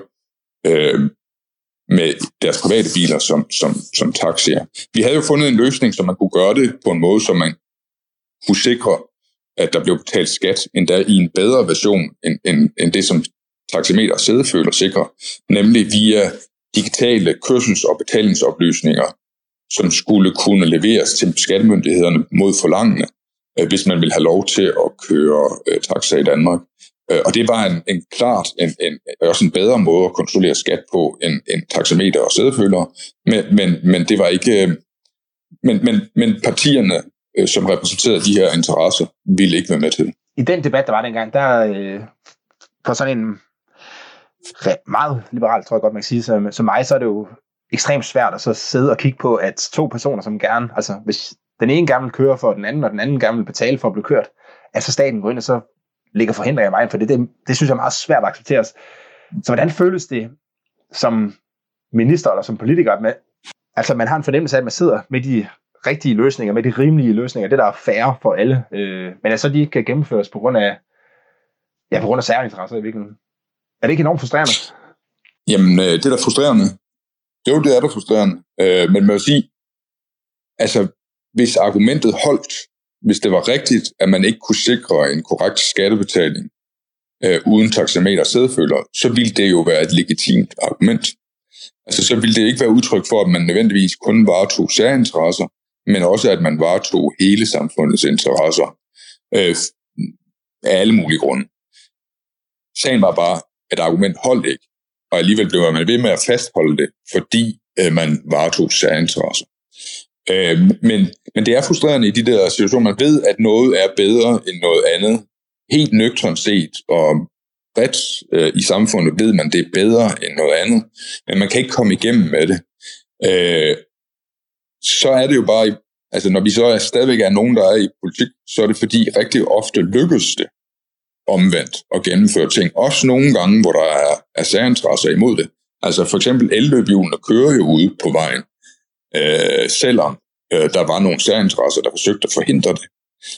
Speaker 2: med deres private biler som taxier. Vi havde jo fundet en løsning, så man kunne gøre det på en måde, så man kunne sikre, at der blev betalt skat, endda i en bedre version, end det, som taxameter og sædeføler sikrer, nemlig via digitale kørsels- og betalingsoplysninger, som skulle kunne leveres til skattemyndighederne mod forlangende, hvis man ville have lov til at køre taxa i Danmark. Og det var også en bedre måde at kontrollere skat på end taxameter og sædefølere, men det var ikke. Men partierne, som repræsenterede de her interesser, ville ikke være med til det.
Speaker 1: I den debat, der var dengang, der på sådan en meget liberal, tror jeg godt, man kan sige, som mig, så er det jo ekstremt svært at så sidde og kigge på, at to personer, som gerne, altså hvis den ene gerne vil køre for den anden, og den anden gerne vil betale for at blive kørt, at så staten går ind og så ligger forhindringer i vejen for det. Det synes jeg er meget svært at acceptere. Så hvordan føles det som minister eller som politiker, med, altså man har en fornemmelse af, at man sidder med de rigtige løsninger, med de rimelige løsninger, det der er fair for alle, men at så de ikke kan gennemføres på grund af særinteresser i virkeligheden. Er det ikke enormt frustrerende?
Speaker 2: Jamen, det er da frustrerende. Jo, det er da frustrerende. Men man vil sige, altså, hvis argumentet holdt, hvis det var rigtigt, at man ikke kunne sikre en korrekt skattebetaling uden taxameter og sædeføler, så ville det jo være et legitimt argument. Altså, så ville det ikke være udtryk for, at man nødvendigvis kun varetog særinteresser, men også at man varetog hele samfundets interesser af alle mulige grunde. Sagen var bare, at argument holdt ikke, og alligevel blev man ved med at fastholde det, fordi man varetog særinteresser. Men det er frustrerende i de der situationer. Man ved, at noget er bedre end noget andet. Helt nøgternt set og bredt i samfundet ved man, det er bedre end noget andet. Men man kan ikke komme igennem med det. Så er det jo bare, altså når vi så stadigvæk er nogen, der er i politik, så er det fordi rigtig ofte lykkes det omvendt at gennemføre ting. Også nogle gange, hvor der er særinteresser imod det. Altså for eksempel elløbehjulene kører jo ude på vejen. Selvom der var nogle særinteresser, der forsøgte at forhindre det.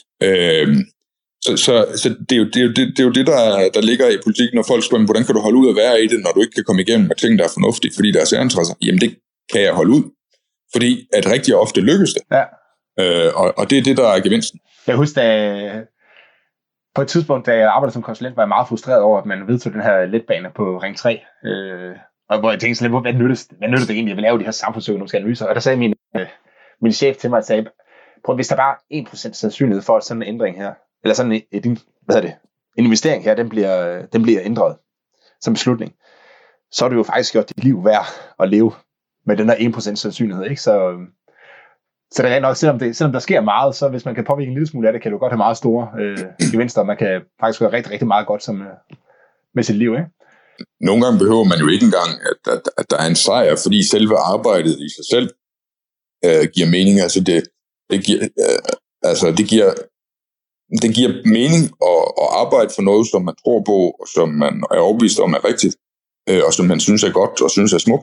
Speaker 2: Så det er jo det, der ligger i politikken, når folk spørger, hvordan kan du holde ud at være i det, når du ikke kan komme igennem med ting, der er fornuftige, fordi der er særinteresser? Jamen det kan jeg holde ud, fordi at rigtig ofte lykkes det. Ja. Og det er det, der er gevinsten.
Speaker 1: Jeg husker, på et tidspunkt, da jeg arbejdede som konsulent, var jeg meget frustreret over, at man vedtog den her letbane på Ring 3. Og hvor jeg tænkte sådan lidt, hvad nytter det egentlig, at vi laver de her samfundsøkonomiske analyser? Og der sagde min chef til mig, prøv, hvis der bare er 1% sandsynlighed for, at sådan en ændring her, eller sådan en investering her, den bliver ændret som beslutning, så er det jo faktisk gjort dit liv værd at leve med den her 1% sandsynlighed, ikke? Så det er nok, selvom der sker meget, så hvis man kan påvirke en lille smule af det, kan du godt have meget store gevinster, og man kan faktisk gøre rigtig, rigtig meget godt med sit liv, ikke?
Speaker 2: Nogle gange behøver man jo ikke engang, at der er en sejr, fordi selve arbejdet i sig selv giver mening. Altså det giver det giver mening at arbejde for noget, som man tror på, og som man er overbevist om er rigtigt, og som man synes er godt og synes er smukt.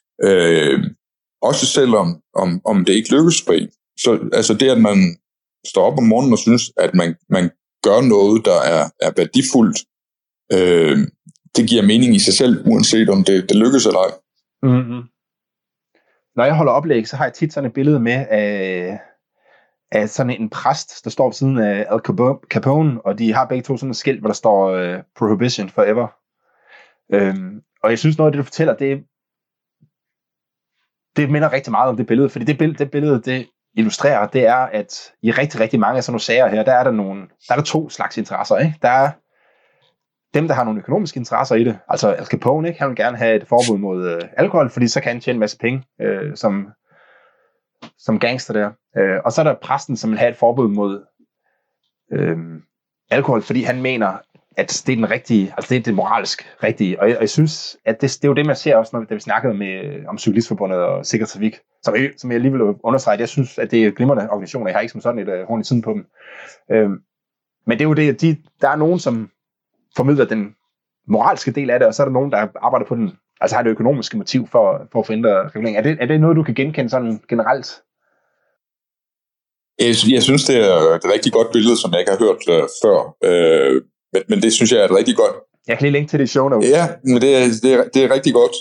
Speaker 2: Også selvom om det ikke lykkes for en. Så altså det, at man står op om morgenen og synes, at man gør noget, der er værdifuldt, det giver mening i sig selv, uanset om det lykkes eller ej.
Speaker 1: Mm-hmm. Når jeg holder oplæg, så har jeg tit sådan et billede med af sådan en præst, der står ved siden af Al Capone, og de har begge to sådan et skilt, hvor der står Prohibition Forever. Og jeg synes, noget af det, du fortæller, det minder rigtig meget om det billede, fordi det billede, det illustrerer, det er, at i rigtig, rigtig mange af sådan nogle sager her, der er der to slags interesser, ikke? Der er dem, der har nogle økonomiske interesser i det, altså Al Capone, ikke? Han vil gerne have et forbud mod alkohol, fordi så kan han tjene en masse penge, som gangster der. Og så er der præsten, som vil have et forbud mod alkohol, fordi han mener, at det er den rigtige, altså det er det moralsk rigtige. Og jeg synes, at det er jo det, man ser også, da vi snakkede om Cyklistforbundet og Sikker Trafik, som jeg alligevel understreger, at jeg synes, at det er glimrende organisationer. Jeg har ikke som sådan et horn i tiden på dem. Men det er jo det, der er nogen, som formidler den moralske del af det, og så er der nogen, der arbejder på den, altså har det økonomiske motiv for at forhindre regulering. Er det noget, du kan genkende sådan generelt?
Speaker 2: Jeg synes, det er et rigtig godt billede, som jeg ikke har hørt før. Men det synes jeg er et rigtig godt.
Speaker 1: Jeg kan lige linke til det i show notes.
Speaker 2: Ja, men det er rigtig godt,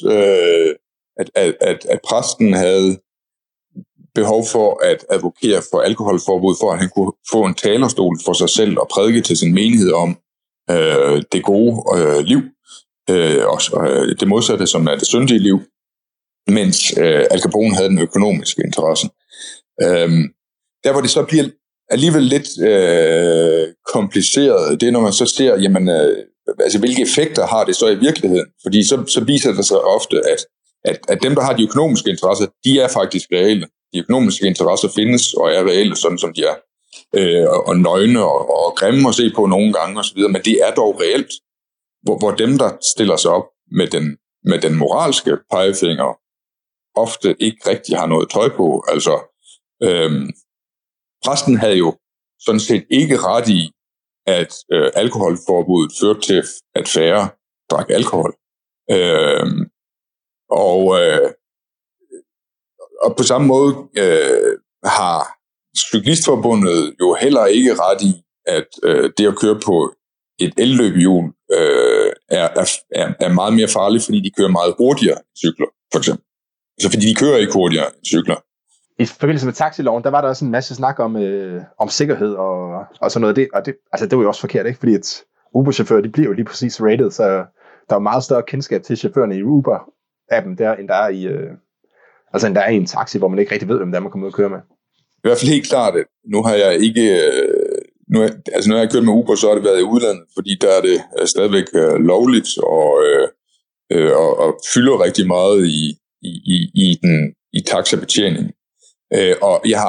Speaker 2: at præsten havde behov for at advokere for alkoholforbud, for at han kunne få en talerstol for sig selv og prædike til sin menighed om det gode liv, og det modsatte, som er det syndige liv, mens Al Capone havde den økonomiske interesse. Der hvor det så bliver alligevel lidt kompliceret, det er når man så ser, jamen, altså hvilke effekter har det så i virkeligheden, fordi så viser det sig ofte, at dem, der har de økonomiske interesser, de er faktisk reelle. De økonomiske interesser findes og er reelle, sådan som de er, og nøgne og grimme at se på nogle gange osv., men det er dog reelt, hvor dem, der stiller sig op med den moralske pegefinger, ofte ikke rigtig har noget tøj på. Altså, præsten havde jo sådan set ikke ret i, at alkoholforbuddet førte til, at færre drak alkohol. Og på samme måde har Cyklistforbundet jo heller ikke ret i, at det at køre på et elløbehjul er meget mere farligt, fordi de kører meget hurtigere end cykler, for eksempel. Altså fordi de kører ikke hurtigere end cykler.
Speaker 1: I forbindelse med taxiloven, der var der også en masse snak om sikkerhed og sådan noget. Det var jo også forkert, ikke? Fordi at Uber-chauffører, de bliver jo lige præcis rated, så der er meget større kendskab til chaufførerne i Uber-appen der, end der er i en taxi, hvor man ikke rigtig ved, hvem der man kommer ud og køre med.
Speaker 2: I hvert fald helt klart, at nu har jeg ikke... når jeg kørt med Uber, så har det været i udlandet, fordi der er det stadigvæk lovligt og fylder rigtig meget i taxabetjeningen. Og jeg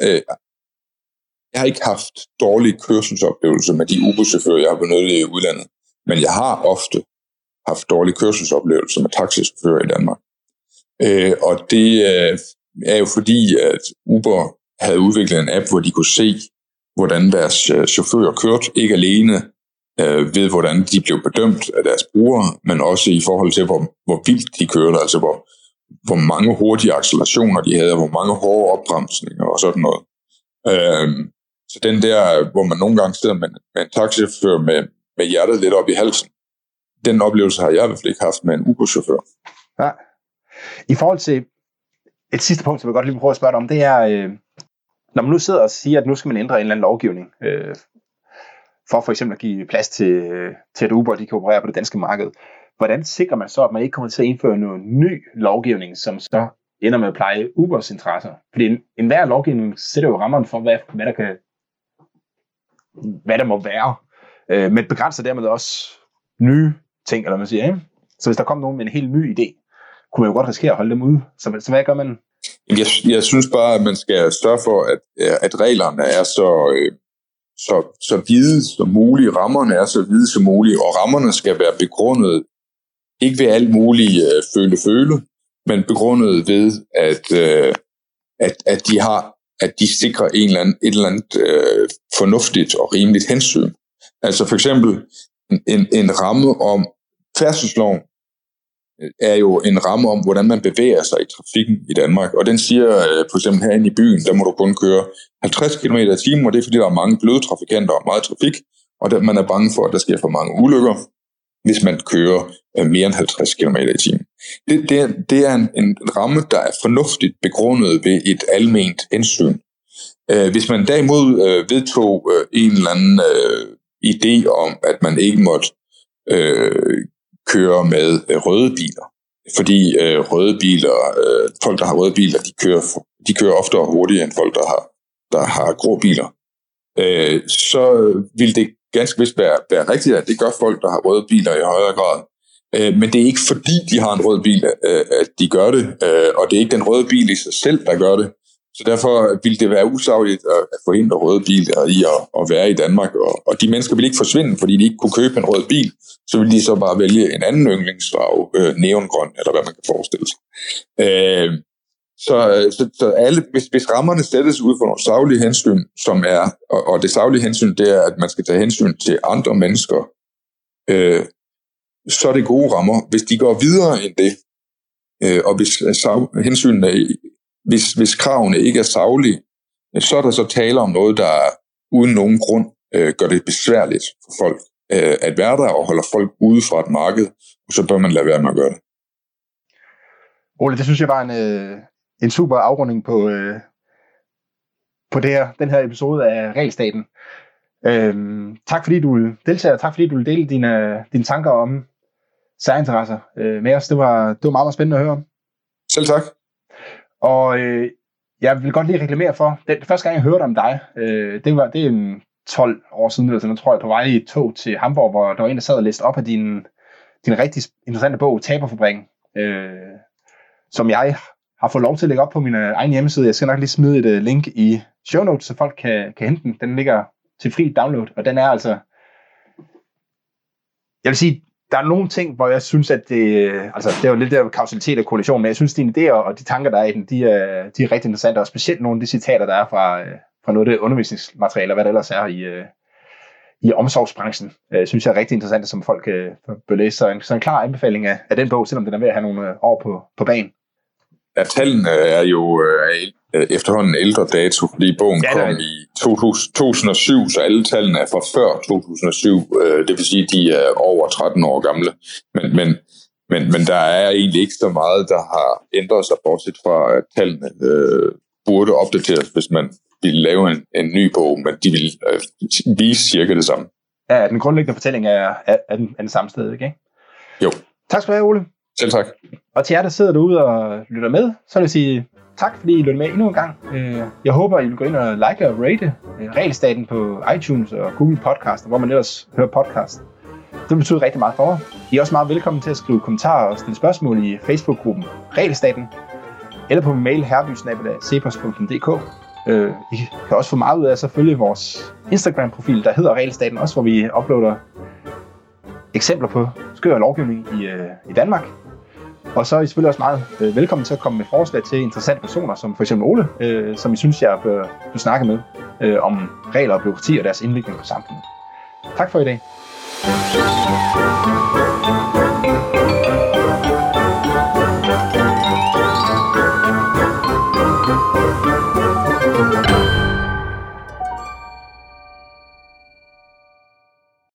Speaker 2: har ikke haft dårlige kørselsoplevelser med de Uber-chauffører, jeg har benyttet i udlandet, men jeg har ofte haft dårlige kørselsoplevelser med taxichauffører i Danmark. Og det er jo fordi, at Uber havde udviklet en app, hvor de kunne se, hvordan deres chauffører kørte, ikke alene ved, hvordan de blev bedømt af deres brugere, men også i forhold til, hvor vildt de kørte, altså hvor mange hurtige accelerationer de havde, hvor mange hårde opbremsninger og sådan noget. Så den der, hvor man nogle gange sidder med en taxichauffør med hjertet lidt op i halsen, den oplevelse har jeg i hvert fald ikke haft med en Uber-chauffør.
Speaker 1: Ja. I forhold til et sidste punkt, som jeg godt lige vil prøve at spørge dig om, det er, når man nu sidder og siger, at nu skal man ændre en eller anden lovgivning, for eksempel at give plads til at Uber, de kan operere på det danske marked. Hvordan sikrer man så, at man ikke kommer til at indføre noget ny lovgivning, som så ender med at pleje Ubers interesser? Fordi enhver lovgivning sætter jo rammerne for, hvad der må være, men begrænser dermed også nye ting, eller hvad man siger, ikke? Så hvis der kommer nogen med en helt ny idé, kunne man jo godt risikere at holde dem ude. Så hvad gør man?
Speaker 2: Jeg synes bare, at man skal sørge for, at reglerne er så hvide som muligt, rammerne er så hvide som muligt, og rammerne skal være begrundet, ikke ved alt muligt føle, men begrundet ved, at de har at de sikrer et eller andet fornuftigt og rimeligt hensyn. Altså for eksempel en ramme om færdselsloven er jo en ramme om, hvordan man bevæger sig i trafikken i Danmark. Og den siger for eksempel herinde i byen, der må du kun køre 50 km/t, og det er fordi, der er mange bløde trafikanter og meget trafik, og man er bange for, at der sker for mange ulykker, hvis man kører mere end 50 km/t. Det er en ramme, der er fornuftigt begrundet ved et alment hensyn. Hvis man derimod vedtog en eller anden idé om, at man ikke måtte køre med røde biler, fordi røde biler, folk der har røde biler, de kører oftere hurtigere end folk der har grå biler, så vil det ganske vist være rigtigt, at det gør folk der har røde biler i højere grad, men det er ikke fordi de har en rød bil, at de gør det, og det er ikke den røde bil i sig selv, der gør det. Så derfor vil det være usagligt at forhindre røde biler i at være i Danmark, og de mennesker vil ikke forsvinde, fordi de ikke kunne købe en rød bil, så vil de så bare vælge en anden yndlingsfarve, neongrøn, eller hvad man kan forestille sig. Så alle, hvis rammerne sættes ud for nogle saglige hensyn, som er, og det saglige hensyn, det er, at man skal tage hensyn til andre mennesker, så er det gode rammer. Hvis de går videre end det, og hvis kravene ikke er saglige, så er der så tale om noget, der uden nogen grund gør det besværligt for folk at være der og holder folk ude fra et marked, og så bør man lade være med at gøre det.
Speaker 1: Ole, det synes jeg var en super afrunding på den her episode af Regelstaten. Tak fordi du deltager, tak fordi du vil dele dine tanker om særinteresser med os. Det var meget, meget spændende at høre om.
Speaker 2: Selv tak.
Speaker 1: Og jeg vil godt lige reklamere for, den første gang jeg hørte om dig, det er en 12 år siden, eller sådan, tror jeg, på vej i et tog til Hamburg, hvor der var en, der sad og læste op af din rigtig interessante bog, Taberfabrikken, som jeg har fået lov til at lægge op på min egen hjemmeside. Jeg skal nok lige smide et link i show notes, så folk kan hente den. Den ligger til fri download, og den er altså, jeg vil sige, der er nogle ting, hvor jeg synes, at det er jo lidt der kausalitet og korrelation, men jeg synes, dine idéer og de tanker, der er i den, de er rigtig interessante, og specielt nogle af de citater, der er fra noget af det undervisningsmateriale, og hvad der ellers er i omsorgsbranchen, synes jeg er rigtig interessant, som folk bør læse. Så en klar anbefaling af den bog, selvom den er ved at have nogle år på banen.
Speaker 2: Ja, tallene er jo efterhånden ældre dato, fordi bogen kom i 2007, så alle tallene er fra før 2007. Det vil sige, at de er over 13 år gamle. Men der er egentlig ikke så meget, der har ændret sig, bortset fra at tallene burde opdateres, hvis man ville lave en ny bog, men de vil vise cirka det samme.
Speaker 1: Ja, den grundlæggende fortælling er den samme sted, ikke?
Speaker 2: Jo.
Speaker 1: Tak skal du have, Ole.
Speaker 2: Selv tak.
Speaker 1: Og til jer, der sidder derude og lytter med, så vil jeg sige tak, fordi I lytter med endnu en gang. Jeg håber, I vil gå ind og like og rate Regelstaten på iTunes og Google Podcast, hvor man ellers hører podcast. Det betyder rigtig meget for mig. I er også meget velkommen til at skrive kommentarer og stille spørgsmål i Facebook-gruppen Regelstaten, eller på min mail herby@cepos.dk. I kan også få meget ud af at følge vores Instagram-profil, der hedder Regelstaten, også hvor vi uploader eksempler på skør lovgivning i Danmark. Og så er I selvfølgelig også meget velkommen til at komme med forslag til interessante personer, som for eksempel Ole, som I synes, jeg bør snakke med om regler og bureaukrati og deres indvirkning på samfundet. Tak for i dag.